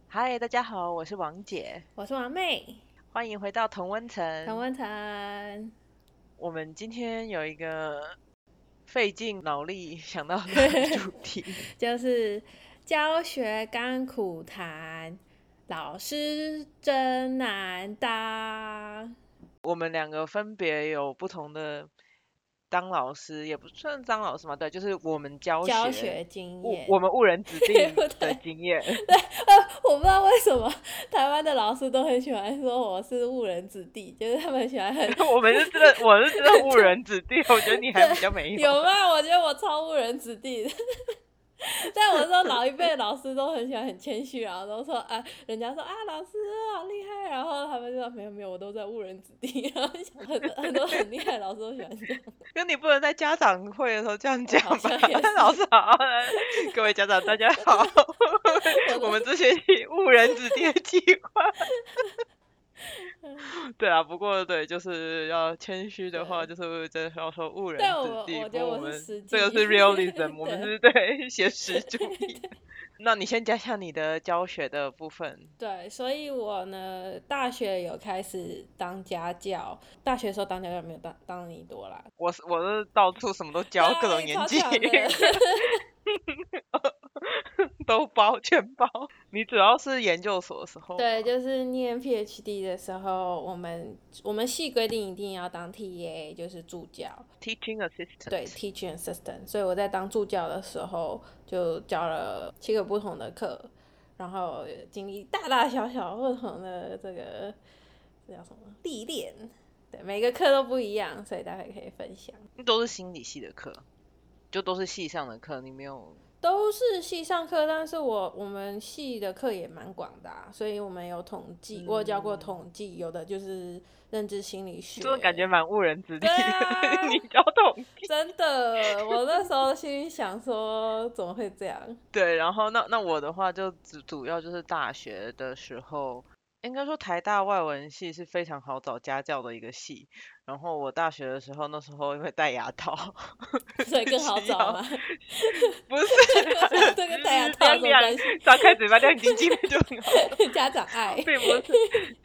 嗨，大家好，我是王姐， 我是王妹， 欢迎回到同温层。 同温层。 我们今天有一个费尽脑力想到的主题， 就是教学甘苦谈，老师真难当。 我们两个分别有不同的当老师，也不算当老师嘛，对，就是我们教学， 教学经验。 我们误人子对不弟的对？ 经验。 我不知道为什么台湾的老师都很喜欢说我是误人子弟，就是他们喜欢很我们是真的，我是真的误人子弟，我觉得你还比较没有。 有吗？我觉得我超误人子弟的。但我说老一辈的老师都很喜欢很谦虚，然后都说啊，人家说啊老师好厉害，然后他们就说没有没有，我都在误人子弟。然后很多很厉害的老师都喜欢这样。 跟你不能在家长会的时候这样讲好吧？ 像也是。 老师好，各位家长大家好，我们这学期误人子弟的计划。对啊，不过对，就是要谦虚的话， 对， 就是真的要说误人但子弟。 我觉得我是不过我们实际。 这个是 realism，我们对是对写实主义。那你先讲讲你的教学的部分。 对，所以我呢，大学有开始当家教，大学的时候当家教没有当你多啦。 我是到处什么都教，各种对，超年纪。 强的。 都包全包。你主要是研究所的时候对， 吗？ 就是念 PhD 的时候，我们系规定一定要当 TA，就是助教。 Teaching 对 assistant。 ，teaching assistant。所以我在当助教的时候，就教了7个不同的课，然后经历大大小小不同的这叫什么历练。对，每个课都不一样，所以大家可以分享。 都是心理系的课，就都是系上的课，你没有。 都是系上课，但是我们系的课也蛮广的所以我们有统计，我有教过统计，有的就是认知心理学。 真的感觉蛮误人子弟对的。 啊， 你教统计。 真的，我那时候心里想说，怎么会这样？ 对，然后那我的话就主要就是大学的时候，应该说台大外文系是非常好找家教的一个系。然后我大学的时候，那时候因为戴牙套， 所以更好需要。 找吗？ 不是啦， 这跟戴牙套有亮亮， 什么关系？ 张开嘴巴亮晶晶的就很好找。 家长爱。 并不是。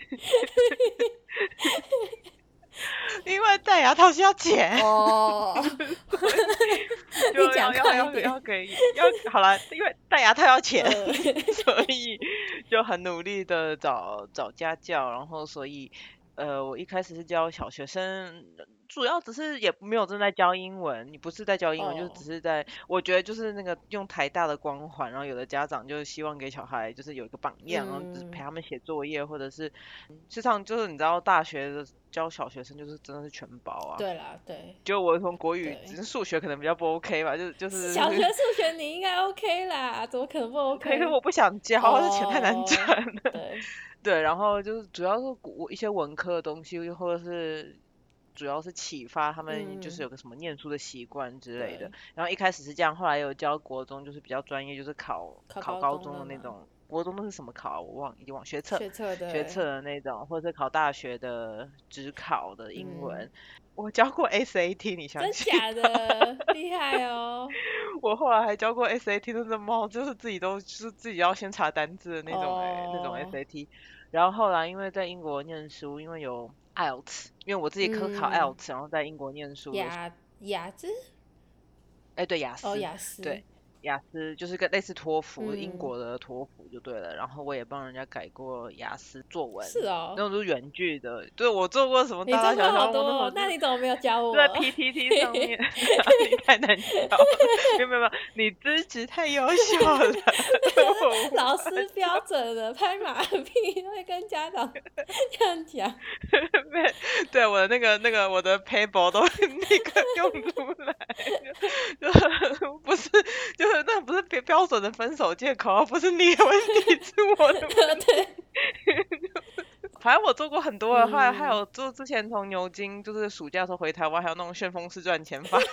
因为戴牙套需要钱。 哦，你讲就快一点。 要给好了，因为戴牙套要钱。 呃， 所以就很努力的找家教，然后所以我一开始是教小学生，主要只是也没有正在教英文，你不是在教英文，就是只哦， 是在，我觉得就是那个用台大的光环，然后有的家长就是希望给小孩就是有一个榜样，然后就是陪嗯， 他们写作业，或者是事实上就是你知道大学的教小学生就是真的是全包啊。 对啦，对就我从国语，只对， 是数学可能比较不 OK 吧，就是小学数学你应该 OK 啦，怎么可能不可是 OK？ 我不想教，这钱太难哦， 赚了。 对， 对，然后就是主要是一些文科的东西，又或者是主要是启发他们就是嗯， 有个什么念书的习惯之类的。 对， 然后一开始是这样，后来有教国中，就是比较专业，就是考高高中中的嘛， 的那种。国中都是什么考啊？已经忘学测。 学测对， 学测的那种，或者是考大学的职考的英嗯， 文。我教过 SAT，你相信？ 真假的厉害哦， 我后来还教过 SAT，真的猫就是自己要先查单字的那种那种哦， SAT。然后后来因为在英国念书，因为有 IELTS，因为我自己科考嗯， IELTS，然后在英国念书的。 雅思， 哎，对，雅哦， 思。 雅思， 对，雅思就是个类似托福，英嗯， 国的托福就对了。然后我也帮人家改过雅思作文， 是哦， 那种就是远距的。对，我做过什么大大你做过小小，我好多哦， 那时候就那你怎么没有教在我？ PTT 上面。哪里太难教了？没有没有没有，你资质太优秀了。 老师标准的拍马屁会跟家长这样讲。 对，我的我的 paper 都立刻用出来。就不是，就是那不是标准的分手借口，不是你的问题，是我的问题。 对， 反正我做过很多的，后来还嗯， 有做之前从牛津，就是暑假的时候回台湾，还有那种旋风式赚钱法。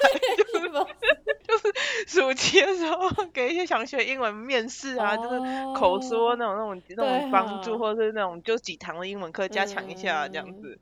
暑期的时候给一些想学英文面试啊，就是口说哦， 那种对帮助， 哈， 或者是那种就几堂的英文课加强一下这样嗯， 子。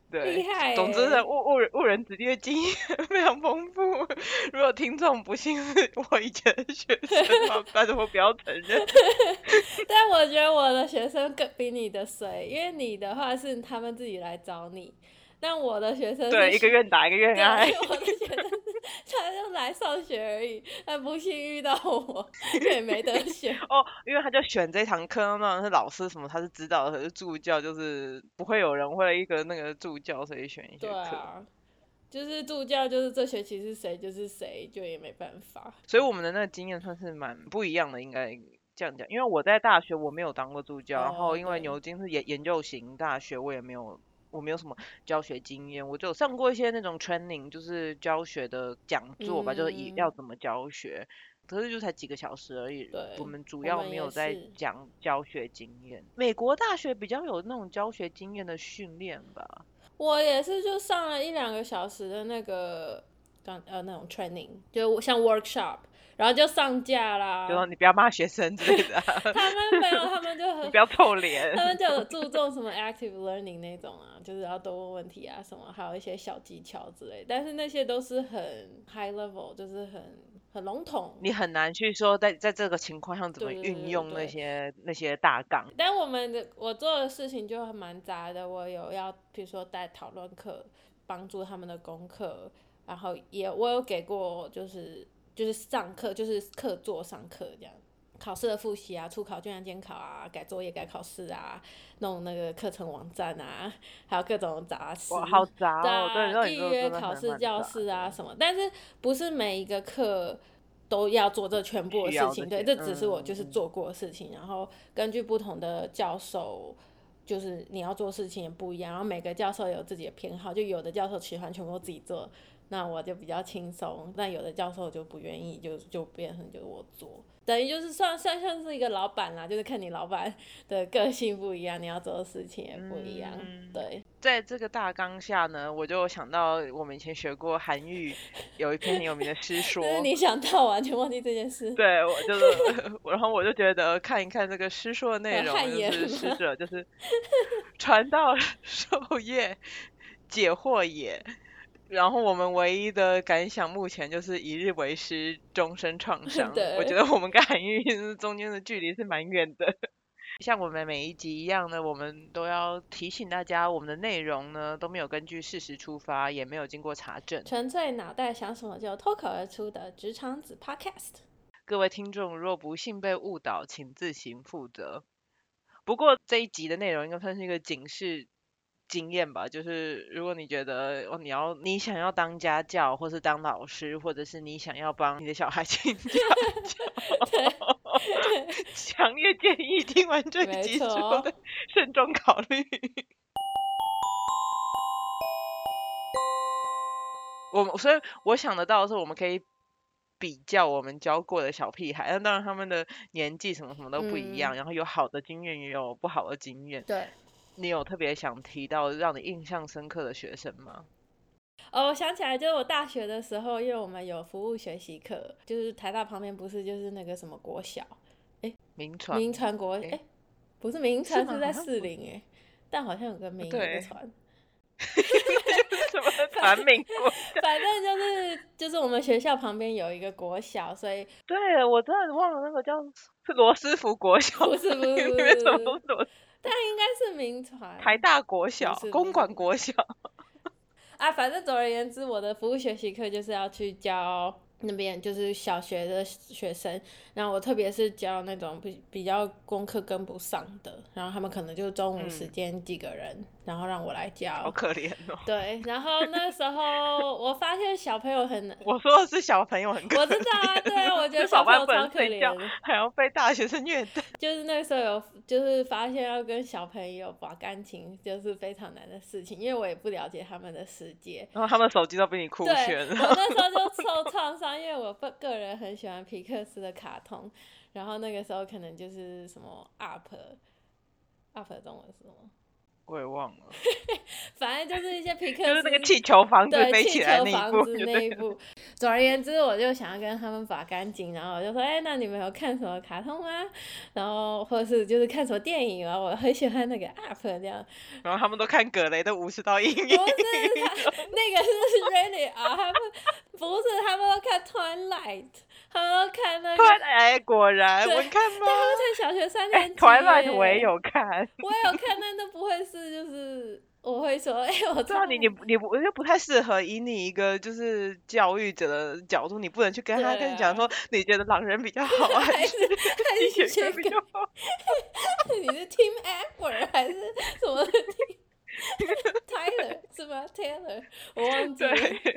对， 厉害总之呢， 欸误人子弟的经验非常丰富。如果听众不幸是我以前的学生的话，拜托不要承认。 但我觉得我的学生更比你的衰，因为你的话是他们自己来找你，但我的学生对，一个是愿打一个愿挨。 对，我的学生是他就来上学而已，但不幸遇到我，也没得选。 哦，因为他就选这堂课，那是老师什么他是知道的，可是助教就是不会有人为了一个那个助教所以选一对些课。 啊，就是助教，就是这学期是谁就是谁，就也没办法。 所以我们的那个经验算是蛮不一样的，应该这样讲。因为我在大学我没有当过助教，然后哦， 因为对， 牛津是研究型大学，我没有什么教学经验，我就有上过一些那种 training，就是教学的讲座吧，就是要怎么教学。可是就才几个小时而已，我对， 们主我们要没有在也是。 讲教学经验。美国大学比较有那种教学经验的训练吧。 我也是，就上了1-2个小时的那个那种 training，就像 workshop，然后就上架就说啦。 你不要骂学生之类的、啊， 他们没有，他们就很， 你不要臭脸。 他们就有注重什么 active learning 那种啊，就是要多问问题啊什么，还有一些小技巧之类。但是那些都是很 high level，就是很笼统。 你很难去说在这个情况下怎么对对运用那对对。 些大纲。 但我做的事情就还蛮杂的，我有要比如说带讨论课，帮助他们的功课，然后我有给过就是上课就是课座上课这样，考试的复习啊，出考卷啊，监考啊，改作业改考试啊，弄那个课程网站啊，还有各种杂事。 哇，好杂哦！对， 对啊， 让你预约做的真的考试教还蛮杂的， 室啊什么，但是不是每一个课都要做这全部的需事情，对， 要这些。 这只是我嗯嗯。 就是做过的事情，然后根据不同的教授，就是你要做事情也不一样，然后每个教授有自己的偏好，就有的教授喜欢全部都自己做，那我就比较轻松，但有的教授就不愿意，就变成就是我做。等于就是算像是一个老板啦，就是看你老板的个性不一样，你要做的事情也不一样，对。 在这个大纲下呢，我就想到我们以前学过韩愈有一篇很有名的诗就是说。 你想到完全忘记这件事。 对，我就是，然后我就觉得看一看这个诗说的内容， 汗颜就是诗吗？ 者就是传道授业解惑也。然后我们唯一的感想目前就是一日为师，终身创伤。我觉对， 得我们跟韩愈中间的距离是蛮远的。像我们每一集一样呢，我们都要提醒大家，我们的内容呢都没有根据事实出发，也没有经过查证。 纯粹脑袋想什么就脱口而出的职场子 Podcast。 各位听众，若不幸被误导，请自行负责。不过这一集的内容应该算是一个警示经验吧，就是如果你觉得你想要当家教，或是当老师，或者是你想要帮你的小孩请家教，强烈建议听完这一没集之后错再慎重考虑。所以我想得到的是，我们可以比较我们教过的小屁孩，那当然他们的年纪什么什么都不一样，然后有好的经验也有不好的经验。 对。 你有特别想提到让你印象深刻的学生吗？ 哦，我想起来，就是我大学的时候，因为我们有服务学习课，就是台大旁边不是就是那个什么国小， 名传。 民传国， 诶不是民是吗？ 传是在好像不士林但好像有个民有个对。 传， 什么传民国？ 反正就是我们学校旁边有一个国小，所以对，我真的忘了那个是罗斯福国小， 不是不是不里面什么都是， 是罗但应该是民传， 台大国不小、 是不是公馆国小。 啊，反正总而言之，我的服务学习课就是要去教那边就是小学的学生，然后我特别是教那种比较功课跟不上的，然后他们可能就中午时间几个人，然后让我来教。 好可怜哦。 对，然后那时候我发现小朋友很， 我说的是小朋友很可怜。 我知道啊，对啊，我觉得吃饱饭不小朋友超可能睡觉， 怜的。 还要被大学生虐待。 就是那个时候就是发现要跟小朋友把感情就是非常难的事情，因为我也不了解他们的世界。 然后他们手机都比你酷对， 炫。 我那时候就受创伤，因为我个人很喜欢皮克斯的卡通，然后那个时候可能就是什么 UP 中文是什么？ 我也忘了， 反正就是一些皮克斯， 就是那个气球房子对， 飞起来气球那一部房子那一部。总而言之，我就想要跟他们把干净，然后我就说，那你们有看什么卡通吗？然后或者是就是看什么电影啊？我很喜欢那个 UP 这样。 然后他们都看葛雷的50道阴影。 不是他那个是 Really 啊，他们不是，他们都看 Twilight， 他们都看那个。 哎，果然对， 我看吗？ 但他们才小学3年级。 Twilight 我也有看。 我也有看，但那不会是就是我会说，我知道。 对啊，你不太适合以你一个就是教育者的角度，你不能去跟他跟你讲说你觉得狼人比较好，还是野哥比较好？ 你是 Team Edward 还是什么？Tyler 是吗 ？Taylor 我忘记了。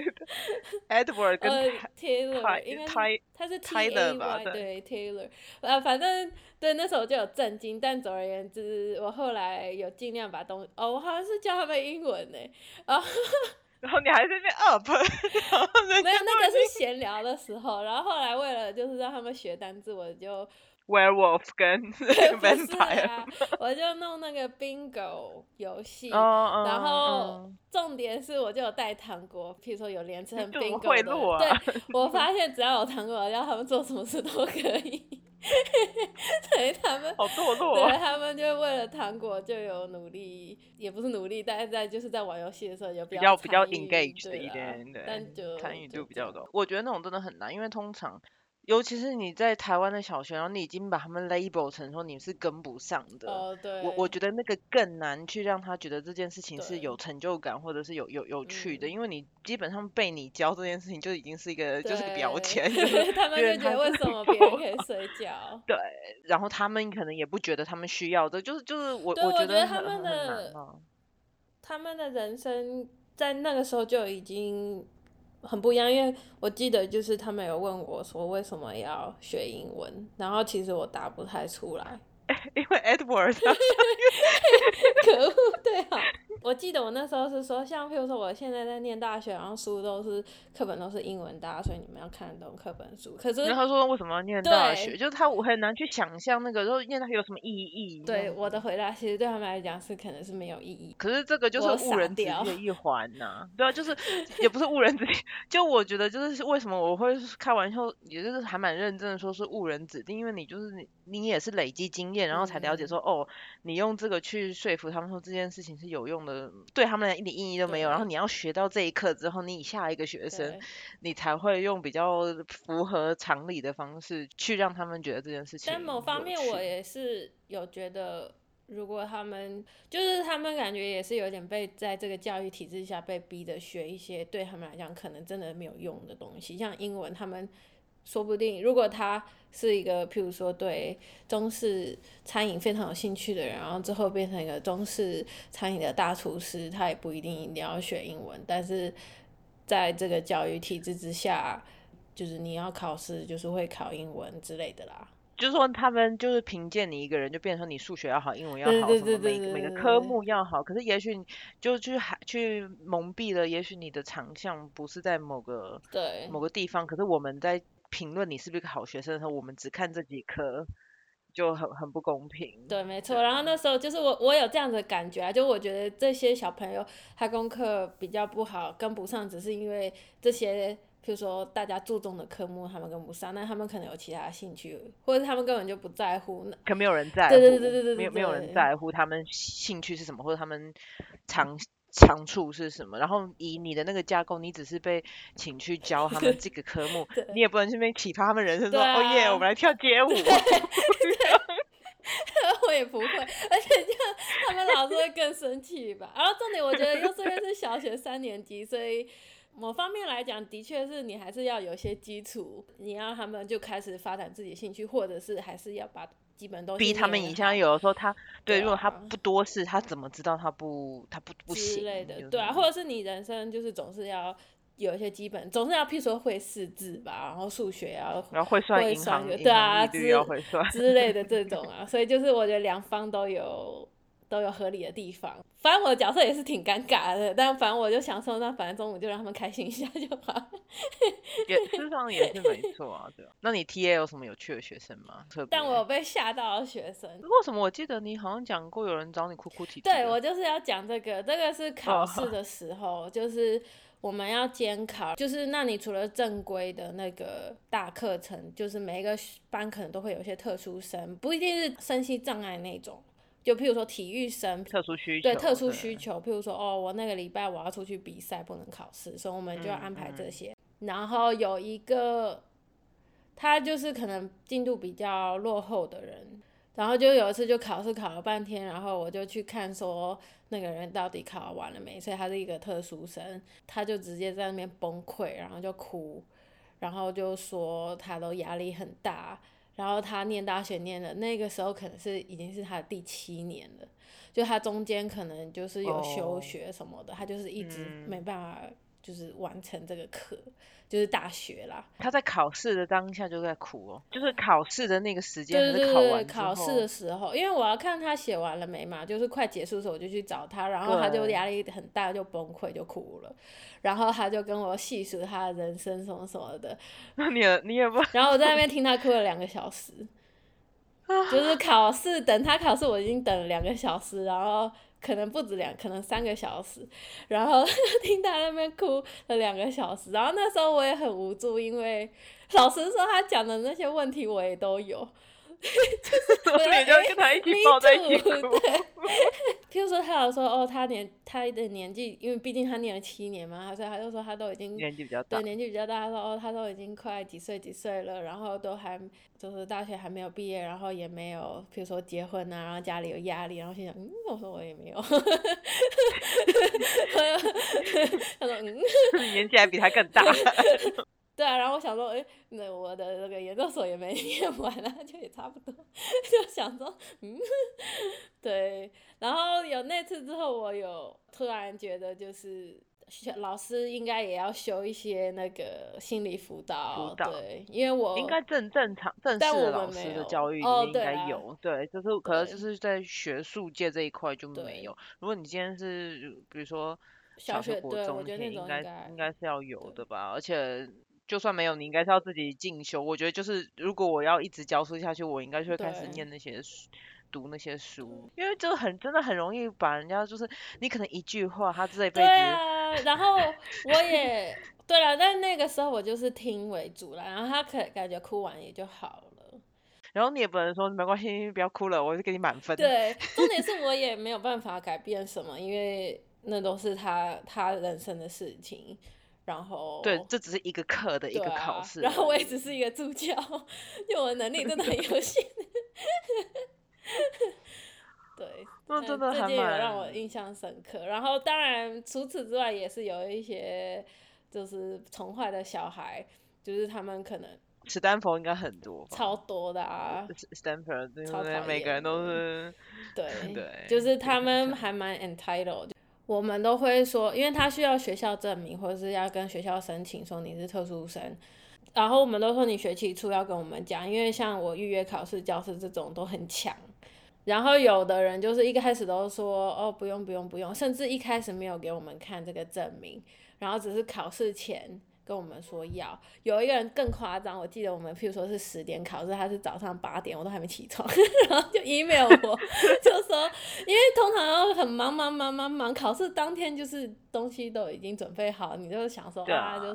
Edward 跟 Taylor 应该是他是 Tyler 吧？ 对 Taylor，反正对那时候就有震惊，但总而言之，我后来有尽量把东西，我好像是教他们英文呢， 然后你还在那边 up， 没有，那个是闲聊的时候，然后后来为了就是让他们学单字，我就 werewolf 跟 vampire， 我就弄那个 bingo 游戏， 然后重点是我就有带糖果，譬如说有连成 bingo 的， 对，我发现只要有糖果，要他们做什么事都可以。所以他们好堕落， 对，他们就为了糖果就有努力，也不是努力，但是就是在玩游戏的时候有比较 engaged 一点，对， 但就参与度比较高。我觉得那种真的很难，因为通常尤其是你在台湾的小学，然后你已经把他们 label 成说你是跟不上的， 对， 我觉得那个更难去让他觉得这件事情是有成就感或者是有趣的，因为你基本上被你教这件事情就已经是一个就是个标签， 他们就觉得为什么别人可以睡觉， 对，然后他们可能也不觉得他们需要的，就是我觉得他们的他们的人生在那个时候就已经很不一样，因为我记得就是他们有问我说为什么要学英文，然后其实我答不太出来， 因为 Edward 可恶，对啊，我记得我那时候是说，像譬如说我现在在念大学，然后书都是课本都是英文大，所以你们要看得懂课本书。可是然后他说为什么要念大学，就是他我很难去想象那个时候念大学有什么意义。 对，我的回答其实对他们来讲是可能是没有意义。 可是这个就是误人子弟的一环呐，对啊，就是也不是误人子弟，就我觉得就是为什么我会开玩笑，也就是还蛮认真的说是误人子弟，因为你就是你也是累积经验，然后才了解说你用这个去说服他们说这件事情是有用的，对他们一点意义都没有。然后你要学到这一课之后，你下一个学生，你才会用比较符合常理的方式去让他们觉得这件事情。 但某方面我也是有觉得，如果他们感觉也是有点被在这个教育体制下被逼的学一些对他们来讲可能真的没有用的东西，像英文，他们说不定如果他是一个譬如说对中式餐饮非常有兴趣的人，然后之后变成一个中式餐饮的大厨师，他也不一定要学英文，但是在这个教育体制之下，就是你要考试就是会考英文之类的啦， 就是说他们就是凭借你一个人就变成你数学要好，英文要好，什么每个科目要好，可是也许就去蒙蔽了，也许你的长项不是在某个地方，可是我们在评论你是不是个好学生的时候，我们只看这几科，就很不公平。 对，没错。然后那时候就是我有这样的感觉啊，就我觉得这些小朋友他功课比较不好，跟不上，只是因为这些譬如说大家注重的科目他们跟不上，那他们可能有其他兴趣，或者他们根本就不在乎。 可没有人在乎， 对， 没有人在乎他们兴趣是什么，或者他们长处是什么，然后以你的那个架构，你只是被请去教他们这个科目，你也不能去那边启发他们人生说，哦耶，我们来跳街舞。 我也不会，而且这样他们老师会更生气吧。然后重点我觉得又是因为是小学3年级，所以某方面来讲，的确是你还是要有些基础，你要他们就开始发展自己的兴趣，或者是还是要把基本东西逼他们一下。有的时候他对，如果他不多事，他怎么知道他不行之类的，对啊，或者是你人生就是总是要有一些基本，总是要譬如说会识字吧，然后数学要会算银行对啊利率要会算之类的这种啊，所以就是我觉得两方都有都有合理的地方。反正我的角色也是挺尴尬的，但反正我就想说，那反正中午就让他们开心一下就好。 事实上也是没错啊，对啊。那你 TA 有什么有趣的学生吗？特别？ 但我有被吓到的学生。 为什么我记得你好像讲过有人找你哭哭啼啼的？ 对，我就是要讲这个，这个是考试的时候，就是我们要监考，就是那你除了正规的那个大课程，就是每一个班可能都会有一些特殊生，不一定是身心障碍那种。就譬如说体育生， 特殊需求， 对特殊需求，譬如说我那个礼拜我要出去比赛，不能考试，所以我们就要安排这些。然后有一个他就是可能进度比较落后的人，然后就有一次就考试考了半天，然后我就去看说那个人到底考完了没，所以他是一个特殊生，他就直接在那边崩溃，然后就哭，然后就说他都压力很大。然后他念大学念的那个时候可能是已经是他的第7年了，就他中间可能就是有休学什么的，他就是一直没办法就是完成这个课，就是大学啦。 他在考试的当下就在哭哦，就是考试的那个时间， 对对对， 考完考试的时候，因为我要看他写完了没嘛，就是快结束的时候我就去找他，然后他就压力很大，就崩溃就哭了，然后他就跟我细数他的人生什么什么的， 你也不， 然后我在那边听他哭了2个小时。就是考试，等他考试我已经等了2个小时，然后可能不止可能3个小时，然后听他那边哭了2个小时，然后那时候我也很无助，因为老实说他讲的那些问题我也都有， 所以就跟他一起抱在一起哭。 譬如说他有说他的年纪，因为毕竟他念了7年嘛，所以他就说他都已经年纪比较大， 对，年纪比较大。他说他都已经快几岁了，然后都还就是大学还没有毕业，然后也没有譬如说结婚啊，然后家里有压力，然后心想我说我也没有，他说年纪还比他更大。 对啊，然后我想说，那我的那个研究所也没念完啊，就也差不多，就想说，对。然后有那次之后，我有突然觉得，就是老师应该也要修一些那个心理辅导，对，因为我应该正常正式的老师的教育里面应该有，对，就是可能就是在学术界这一块就没有。如果你今天是比如说小学、国中，应该是要有的吧，而且。就算没有，你应该是要自己进修。我觉得就是，如果我要一直教书下去，我应该就会开始念那些书，读那些书，因为这个真的很容易把人家就是你可能一句话，他这一辈子。 对啊，然后我也对了，但那个时候我就是听为主了，然后他感觉哭完也就好了。 然后你也不能说没关系，不要哭了，我就给你满分。 对，重点是我也没有办法改变什么，因为那都是他人生的事情。然后对，这只是一个课的一个考试， 然后我也只是一个助教，就我的能力真的很有限。对， 那真的还蛮有让我印象深刻。然后当然除此之外也是有一些就是宠坏的小孩，就是他们可能史丹佛应该很多吧， 超多的啊， 史丹佛超讨厌， 每个人都是对，就是他们还蛮 entitled。我们都会说，因为他需要学校证明，或者是要跟学校申请说你是特殊生，然后我们都说你学期初要跟我们讲，因为像我预约考试教室这种都很强。然后有的人就是一开始都说不用，甚至一开始没有给我们看这个证明，然后只是考试前跟我们说要。有一个人更夸张，我记得我们譬如说是10点考试，他是早上8点，我都还没起床，然后就 email 我，就说因为通常要很忙，考试当天就是东西都已经准备好，你就想说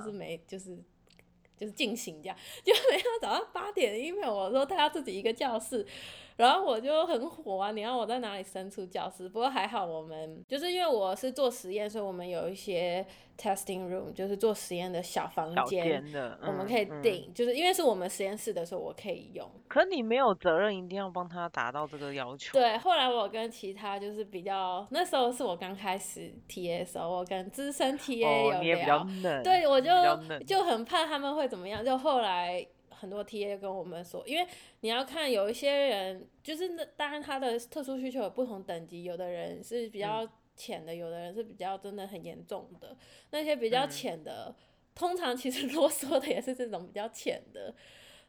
就是进行这样，就没有早上8点 email 我说他要自己一个教室。然后我就很火啊！你让我在哪里伸出教室？不过还好，我们就是因为我是做实验，所以我们有一些 testing room， 就是做实验的小房间，我们可以订，就是因为是我们实验室的时候，我可以用。 可你没有责任一定要帮他达到这个要求。 对，后来我跟其他就是比较，那时候是我刚开始 TA 的时候，我跟资深 TA 有你也比较嫩， 对，我就很怕他们会怎么样，就后来。很多 TA 跟我们说，因为你要看有一些人，就是当然他的特殊需求有不同等级，有的人是比较浅的，有的人是比较真的很严重的。那些比较浅的，通常其实啰嗦的也是这种比较浅的。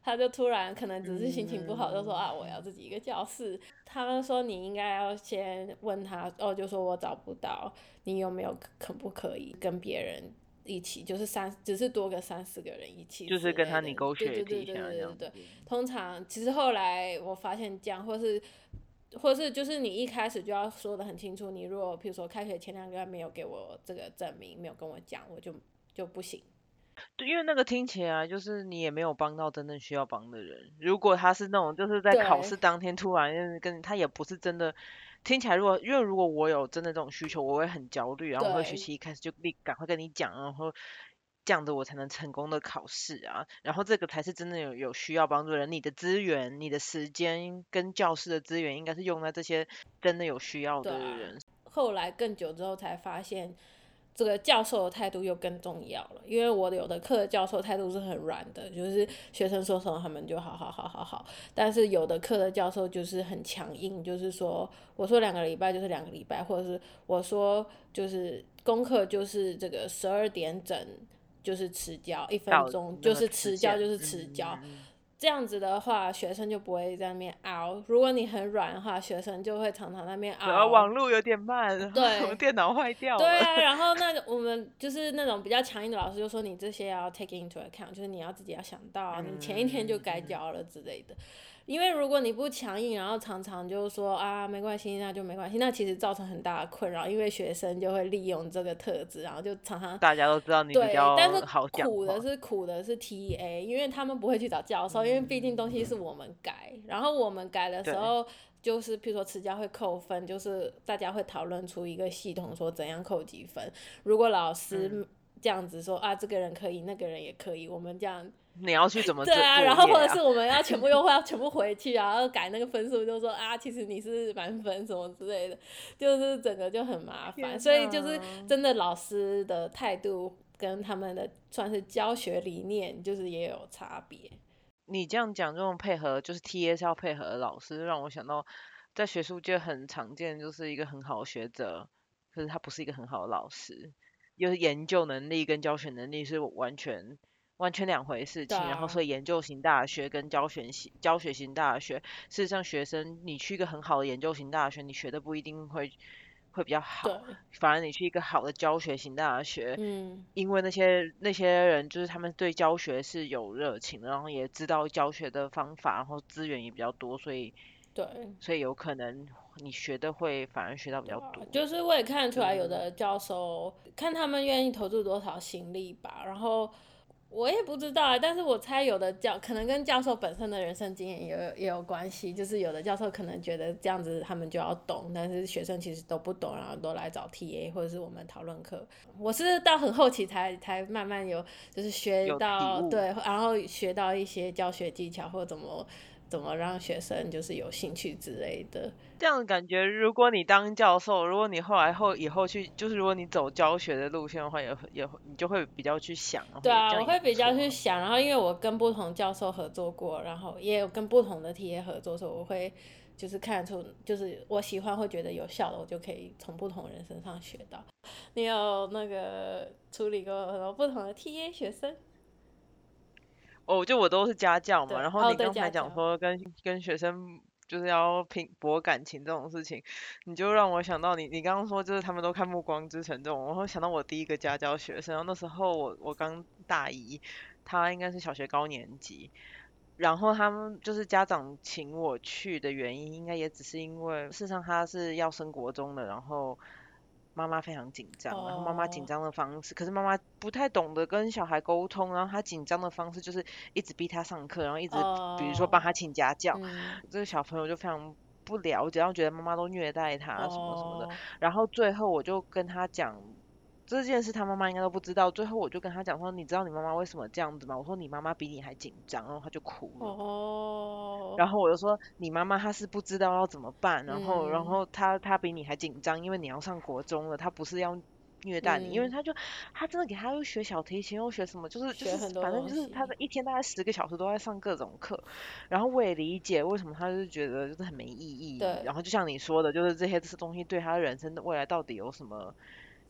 他就突然可能只是心情不好，就说啊我要自己一个教室。他们说你应该要先问他，就说我找不到，你有没有可不可以跟别人一起，就是只是多个3-4个人一起就是跟他之类的。对对 negotiate 对对一下这对对对。 样子。 通常其实后来我发现这样，或是就是你一开始就要说的很清楚，你如果譬如说开学前2个月没有给我这个证明，没有跟我讲，我就不行。 对，因为那个听起来就是你也没有帮到真正需要帮的人。如果他是那种就是在考对试当天突然跟他也不是真的，听起来因为如果我有真的这种需求，我会很焦虑，然后我会学对期一开始就赶快跟你讲，然后这样子我才能成功的考试啊。然后这个才是真的有需要帮助的人，你的资源、你的时间跟教室的资源应该是用在这些真的有需要对啊。 的人。 后来更久之后才发现，这个教授的态度又更重要了。因为我有的课的教授态度是很软的，就是学生说什么他们就好好好好好。但是有的课的教授就是很强硬，就是说我说2个礼拜就是2个礼拜，或者是我说就是功课就是这个12点整就是迟交，1分到钟就那个是迟交时间， 就是迟交。这样子的话，学生就不会在那边熬。如果你很软的话，学生就会常常在那边然后熬。 网络有点慢，然后我对， 电脑坏掉了。 对啊，然后我们就是那种比较强硬的老师就说你这些要 take into account，就是你要自己要想到，你前一天就该交了之类的。因为如果你不强硬，然后常常就说啊没关系，那就没关系，那其实造成很大的困扰，因为学生就会利用这个特质，然后就常常大家都知道你比对，但是较好讲话。 苦的是 TA，因为他们不会去找教授，因为毕竟东西是我们改，然后我们改的时对， 候，就是譬如说迟交会扣分，就是大家会讨论出一个系统，说怎样扣几分。如果老师这样子说啊，这个人可以，那个人也可以，我们这样你要去怎么对啊，然作业啊？ 后或者是我们要全部要全部回去啊，然后改那个分数，就说啊，其实你是满分什么之类的，就是整个就很麻烦。 天所以就是哪！ 真的老师的态度跟他们的算是教学理念，就是也有差别。 你这样讲这种配合，就是 TA 是要配合的老师，让我想到在学术界很常见，就是一个很好的学者，可是他不是一个很好的老师，就是研究能力跟教学能力是完全两回事情。然后， 对啊。 所以研究型大学跟教学型大学，事实上学生你去一个很好的研究型大学，你学的不一定会比较好， 对。 反而你去一个好的教学型大学， 嗯。 因为那些人就是他们对教学是有热情的，然后也知道教学的方法，然后资源也比较多，所以对。 所以有可能你学的会反而学到比对啊， 较多。 就是我也看得出来，有就是的教授看他们愿意投注多少心力吧，然后我也不知道啊，但是我猜有的可能跟教授本身的人生经验也有关系，就是有的教授可能觉得这样子他们就要懂，但是学生其实都不懂，然后都来找 TA 或者是我们讨论课。我是到很后期才慢慢有就是学有体悟。 到对，然后学到一些教学技巧或怎么让学生就是有兴趣之类的。 这样感觉，如果你当教授，如果你以后去，就是如果你走教学的路线的话，你就会比较去想，然后对啊， 这样也我会比较不错啊。 去想，然后因为我跟不同教授合作过，然后也有跟不同的 TA 合作，所以我会就是看得出，就是我喜欢会觉得有效的，我就可以从不同人身上学到。你有那个处理过很多不同的 TA 学生？ 哦，就我都是家教嘛， 对， 然后哦， 你刚才对家教。 讲说跟学生就是要博感情这种事情，你就让我想到你刚刚说就是他们都看《暮光之城》这种，我会想到我第一个家教学生，然后那时候我刚大一，他应该是小学高年级，然后他们就是家长请我去的原因，应该也只是因为事实上他是要升国中的，然后妈妈非常紧张，然后妈妈紧哦。 张的方式，可是妈妈不太懂得跟小孩沟通，然后她紧张的方式就是一直逼他上课，然后一直比如说帮哦。 他请家教， 嗯。 这个小朋友就非常不了解，然后觉得妈妈都虐待他什么什么的， 哦。 然后最后我就跟他讲。这件事他妈妈应该都不知道，最后我就跟他讲说，你知道你妈妈为什么这样子吗？我说你妈妈比你还紧张，然后他就哭了。 哦。 然后我就说你妈妈她是不知道要怎么办，然后嗯。 她比你还紧张，因为你要上国中了，她不是要虐待你，因为嗯。 她真的给她又学小提琴又学什么，就是学很多反正就是她东西。 的一天大概10个小时都在上各种课，然后我也理解为什么她就是觉得就是很没意义， 对。 然后就像你说的，就是这些东西对她人生的未来到底有什么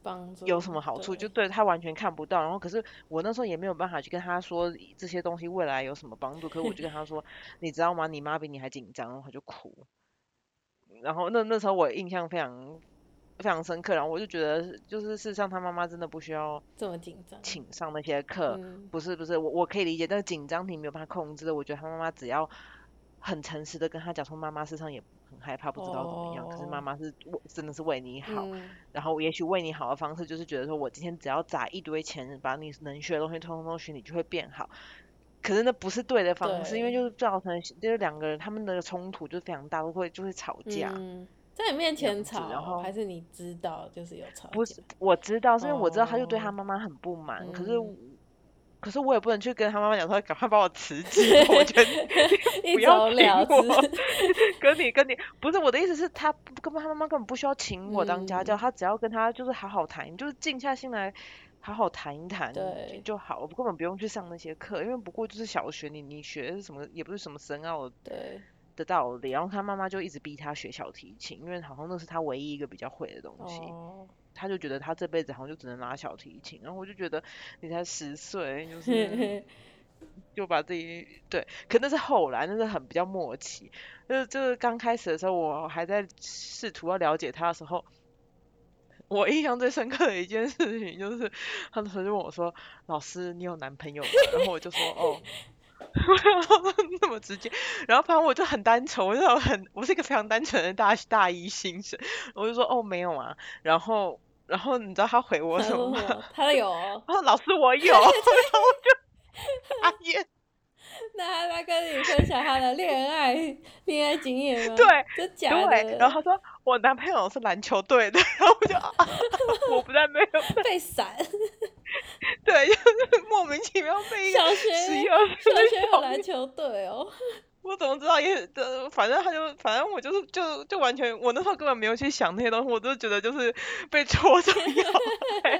帮助有什么好处，就对， 对他完全看不到。然后可是我那时候也没有办法去跟他说这些东西未来有什么帮助，可是我就跟他说，你知道吗？你妈比你还紧张，然后他就哭。然后那时候我印象非常深刻，然后我就觉得，就是事实上他妈妈真的不需要这么紧张， 请上那些课， 嗯， 不是，我可以理解，但是紧张你没有办法控制的，我觉得他妈妈只要很诚实的跟他讲说，妈妈事实上也很害怕，不知道怎么样，可是妈妈是真的是为你好，然后也许为你好的方式就是觉得说我今天只要砸一堆钱，把你能学的东西通通都学，你就会变好。可是那不是对的方式，因为对， 就是造成就是两个人他们的冲突就非常大，就会吵架在你面前这样子。然吵， 后还是你知道就是有吵架？ 不是我知道，是因为我知道他就对他哦， 妈妈很不满， 嗯， 可是我也不能去跟他妈妈讲说赶快把我辞职，我觉得你一不要走请我， 了之， 跟你不是我的意思是他妈妈根本不需要请我当家教， 嗯， 他只要跟他就是好好谈，就是静下心来好好谈一谈对就好，我根本不用去上那些课，因为不过就是小学你学的是什么，也不是什么深奥对， 的道理，然后他妈妈就一直逼他学小提琴，因为好像那是他唯一一个比较会的东西。 哦， 他就觉得他这辈子好像就只能拉小提琴，然后我就觉得你才10岁，就是就把自己对，可那是后来，那是很比较默契，就是刚开始的时候，我还在试图要了解他的时候，我印象最深刻的一件事情就是，他那时候就问我说：“老师，你有男朋友吗？”然后我就说：“哦。”那么直接，然后反正我就很单纯，我是一个非常单纯的大一新生，我就说哦没有啊，然后你知道他回我他什么吗？ 说什么？他有哦， 他说老师我有，然后我就傻眼， 那他跟你分享他的恋爱经验对吗？真假对，然的？ 后他说我男朋友是篮球队的，然后我就我不但没有， 被闪， 对，就是莫名其妙被一个小学 11、12岁小学的小女有篮球队哦。 我怎么知道也反正反正我就是就完全，我那时候根本没有去想那些东西，我就觉得就是被戳中要害，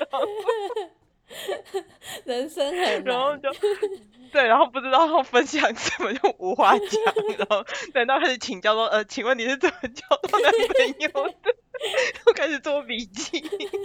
人生很难。 然后就对，然后不知道要分享什么，就无话讲，然后等到开始请教说，请问你是怎么交到男朋友的？就开始做笔记，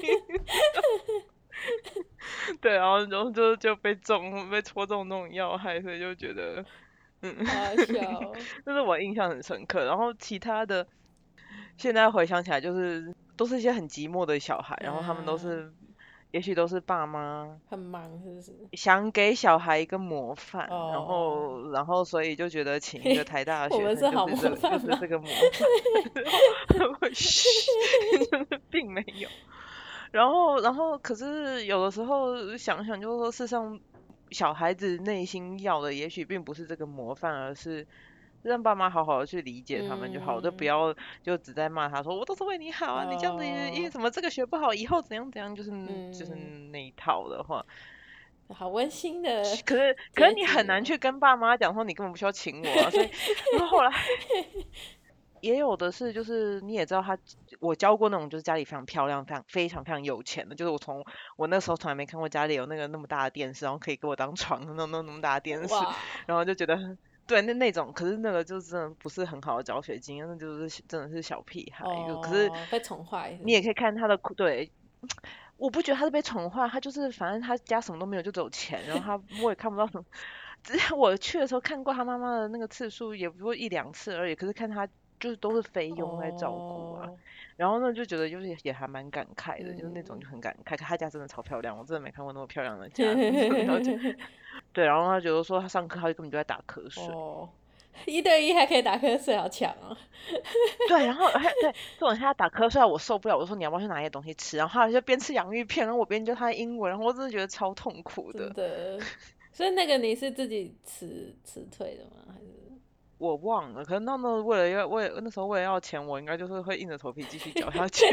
对，然后就被戳中那种要害，所以就觉得， 好好笑哦。 这是我印象很深刻。然后其他的，现在回想起来，就是都是一些很寂寞的小孩，然后他们都嗯， 是，也许都是爸妈很忙是不是？ 想给小孩一个模范， 哦， 然后所以就觉得请一个台大的我学生们是好模范吗？ 就是这个模范，然后嘘，并没有。然后可是有的时候想想，就是说，事实上，小孩子内心要的也许并不是这个模范，而是让爸妈好好的去理解他们就好，就不嗯， 要就只在骂他说我都是为你好啊，你这样子哦， 怎么这个学不好，以后怎样怎样，就是嗯， 那一套的话， 好温馨的可是结你很难局哦。 去跟爸妈讲说你根本不需要请我啊，所以然后后来也有的是，就是你也知道他，我教过那种就是家里非常漂亮、非常有钱的，就是我那时候从来没看过家里有那么大的电视，然后可以给我当床的那么大的电视， 哇， 然后就觉得对那种，可是那个就真的不是很好的教学经验，那就是真的是小屁孩。可是哦，被宠坏是不是？ 你也可以看他的对，我不觉得他是被宠坏，他就是反正他家什么都没有，就只有钱，然后我也看不到什么。只是我去的时候看过他妈妈的那个次数，也不过1、2次而已。可是看他就是都是菲佣在照顾啊， 哦， 然后呢就觉得就是也还蛮感慨的，就是那种嗯， 就很感慨。可他家真的超漂亮，我真的没看过那么漂亮的家。然后就对，然后他觉得说他上课他就根本就在打瞌睡。 哦，1对1还可以打瞌睡，好强哦。 对，然后对，这种他打瞌睡我受不了，我就说你要不要去拿一些东西吃？然后他就边吃洋芋片，然后我边教他英文，然后我真的觉得超痛苦真的。 的。所以那个你是自己辞退的吗？还是？ 我忘了，可能为了那时候为了要钱，我应该就是会硬着头皮继续教下去。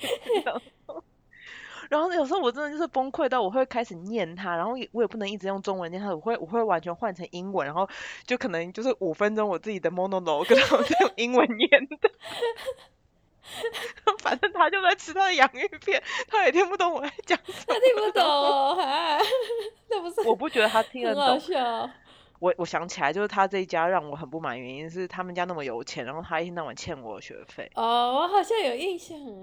然后有时候我真的就是崩溃到我会开始念他，然后我也不能一直用中文念他，我会完全换成英文，然后就可能就是5分钟我自己的 monologue，然后再用英文念的。反正他就在吃他的洋芋片，他也听不懂我在讲什么。 他听不懂哦，哈，那不是我不觉得他听得很好懂。 笑？ 我想起来，就是他这一家让我很不满，原因是他们家那么有钱，然后他一天到晚欠我学费。 哦，我好像有印象诶。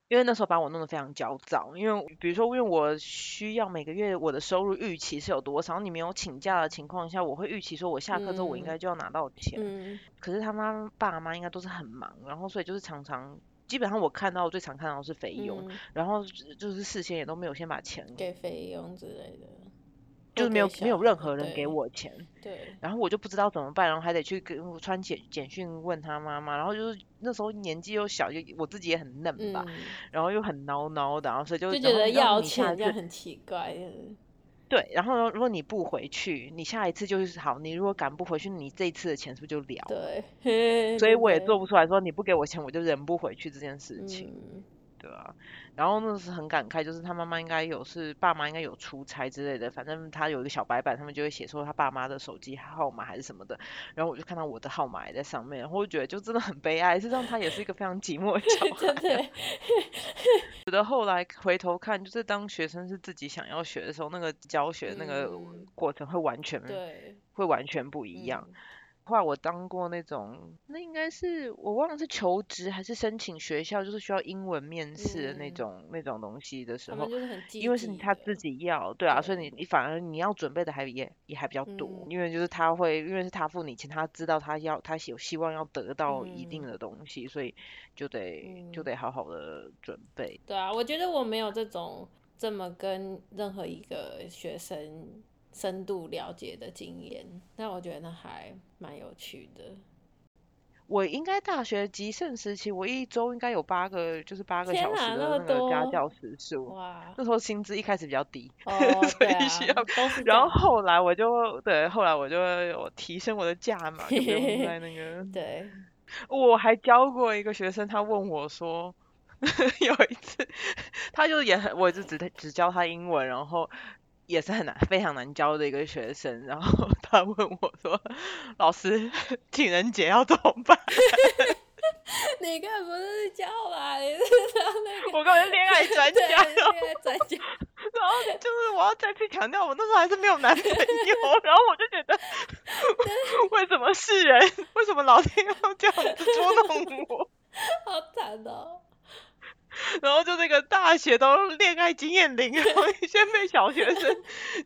因为那时候把我弄得非常焦躁，因为比如说，因为我需要每个月我的收入预期是有多少，你没有请假的情况下，我会预期说我下课之后我应该就要拿到钱，可是爸妈应该都是很忙，然后所以就是常常基本上我最常看到的是费用，然后就是事先也都没有先把钱给费用之类的。 就是没有任何人给我钱， 对， 然后我就不知道怎么办，然后还得去传简讯问他妈妈，然后就是那时候年纪又小，我自己也很嫩吧，然后又很挠的，然后所以就觉得要钱这样很奇怪。 对，然后如果你不回去，你下一次就是好，你如果赶不回去，你这一次的钱是不是就了了？ 对， 所以我也做不出来说你不给我钱，我就人不回去这件事情。对啊，然后那时很感慨，就是他妈妈爸妈应该有出差之类的，反正他有一个小白板，他们就会写说他爸妈的手机号码还是什么的，然后我就看到我的号码也在上面，然后我就觉得就真的很悲哀，事实上他也是一个非常寂寞的小孩。 对。 觉得后来回头看，就是当学生是自己想要学的时候，那个教学那个过程会完全不一样。后来我当过那种，那应该是我忘了是求职还是申请学校，就是需要英文面试的那种东西的时候，因为是他自己要，对啊，所以你反而你要准备的也还比较多，因为就是因为是他付你钱，他知道他有希望要得到一定的东西，所以就得好好的准备。 对啊，我觉得我没有这么跟任何一个学生深度了解的经验，但我觉得那还蛮有趣的。 我应该大学极盛时期，我一周应该有8个小时的那个家教时数。 哇！ 那时候薪资一开始比较低， 所以需要。然后后来我就提升我的价码，就不用在那个。 对。 我还教过一个学生，他问我说，有一次，他就我就只教他英文，然后。也是非常难教的一个学生，然后他问我说：“老师，情人节要怎么办？” 你根本不是教啦，你是那个。 我根本是恋爱专家。 恋爱专家。 然后就是我要再次强调，我那时候还是没有男朋友，然后我就觉得，为什么世人，为什么老天要这样子捉弄我？ 好惨哦。 然后就那个大学都恋爱经验零，然后先被小学生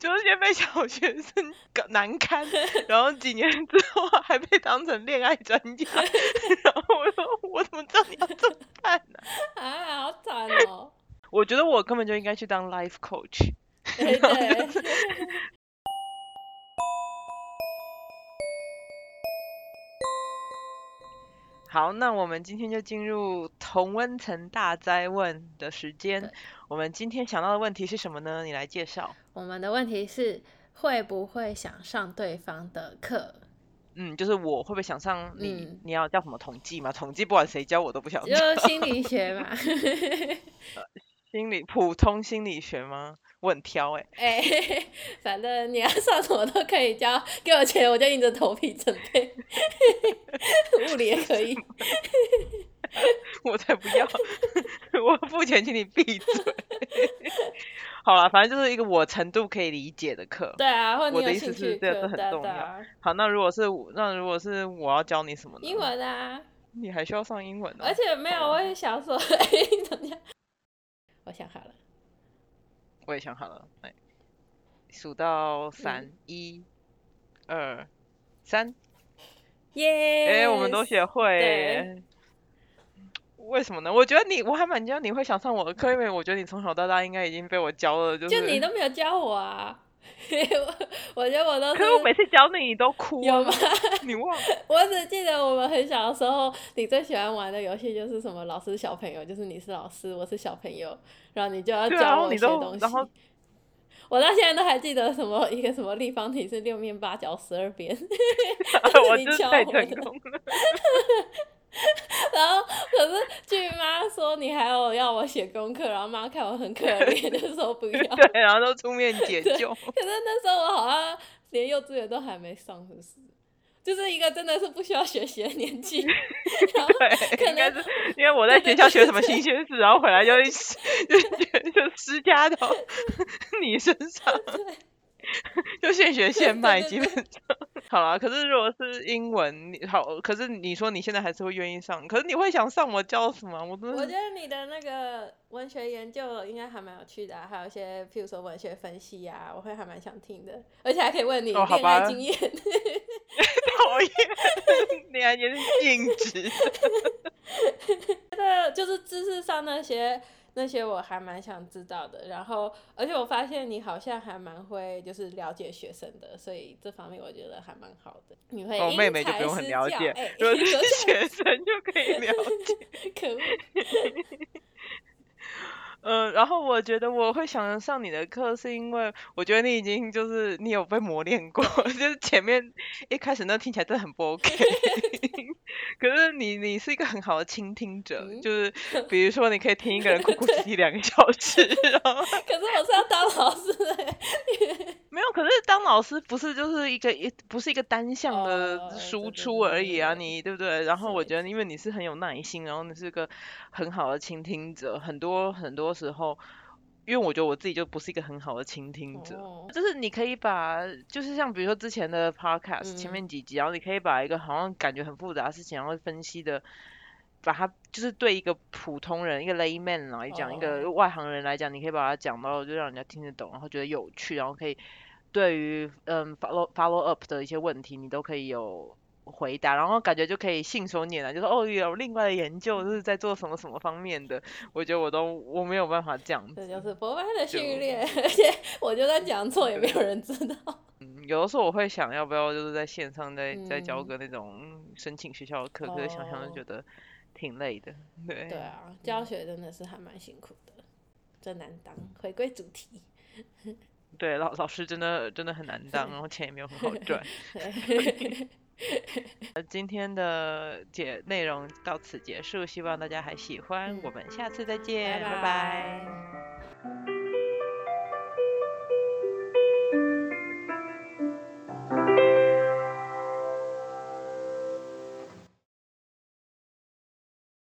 难堪，然后几年之后还被当成恋爱专家，然后我说我怎么知道你要怎么办呢？ 好惨哦。 我觉得我根本就应该去当 life coach。 对。 好，那我们今天就进入同温层大哉问的时间。我们今天想到的问题是什么呢？你来介绍。 我们的问题是会不会想上对方的课？ 就是我会不会想上你要叫什么统计嘛？统计不管谁教我都不想上。 就心理学嘛。 普通心理学吗？我很挑反正你要上什么都可以教，给我钱我就硬着头皮准备。物理也可以。 我才不要。我付钱请你闭嘴。好啦，反正就是一个我程度可以理解的课。 对啊，或者我的意思是这很重要。好，那如果是我要教你什么呢？ 英文啊。 你还需要上英文而且没有，我也想说怎么样。我想好了。 我也想好了，数到3，1、2、3。 耶！ 我们都学会。为什么呢？我觉得我还蛮觉得你会想上我的课，因为我觉得你从小到大应该已经被我教了，就你都没有教我啊。我觉得我都是。 可是我每次教你都哭。 有吗？ 你忘了？ 我只记得我们很小的时候，你最喜欢玩的游戏就是什么老师小朋友，就是你是老师，我是小朋友，然后你就要教我一些东西。我到现在都还记得一个什么立方体是6面8角12边。 我就是太成功了。 然后可是据妈说你还有要我写功课，然后妈看我很可怜就说不要。 对，然后都出面解救。 可是那时候我好像连幼稚园都还没上，是不是？就是一个真的是不需要学习的年纪。 对，应该是因为我在学校学什么新鲜事，然后回来就施加到你身上。 就现学现卖， 对基本上。好啦，可是如果是英文，可是你说你现在还是会愿意上，可是你会想上我教什么？我真的我是觉得你的那个文学研究应该还蛮有趣的、啊，还有一些譬如说文学分析啊，我会还蛮想听的，而且还可以问你哦，好恋爱吧， 经验。 讨厌，恋爱也是禁止的。 就是知识上那些我还蛮想知道的，然后而且我发现你好像还蛮会就是了解学生的，所以这方面我觉得还蛮好的。你会我妹因妹就不用很材施了解， 教，哎、 如果是怎么这样学生就可以了解。 可恶！ 然后我觉得我会想上你的课，是因为我觉得你已经就是你有被磨练过，就是前面一开始那听起来真的很不 OK，可是你是一个很好的倾听者， 嗯， 就是比如说你可以听一个人哭哭啼啼对， 2个小时，然后可是我是要当老师哎、 没有，可是当老师不是就是不是一个单向的哦， 输出对对对而已啊， 对对对， 你对不对？然后我觉得， 是没错。 因为你是很有耐心，然后你是个很好的倾听者，很多时候，因为我觉得我自己就不是一个很好的倾听者， 哦， 就是你可以把，就是像比如说之前的 podcast 前嗯， 面几集，然后你可以把一个好像感觉很复杂的事情，然后分析的。把它就是对一个普通人、一个 layman 来讲，一哦， 个外行人来讲，你可以把它讲到就让人家听得懂，然后觉得有趣，然后可以对于follow up 的一些问题，你都可以有回答，然后感觉就可以信手拈来，就说哦有另外的研究就是在做什么什么方面的，我觉得我没有办法这样子， 这就是博班的训就练，而且我就算讲错也没对， 有人知道。 有的时候我会想要不要就是在线上再教嗯， 个那种申请学校的课，可是想想就哦， 觉得挺累的，对， 对啊，教学真的是还蛮辛苦的，真难当。回归主题， 对，老师真的很难当，然后钱也没有很好赚。 对， 今天的内容到此结束，希望大家还喜欢，我们下次再拜见，拜拜。 拜。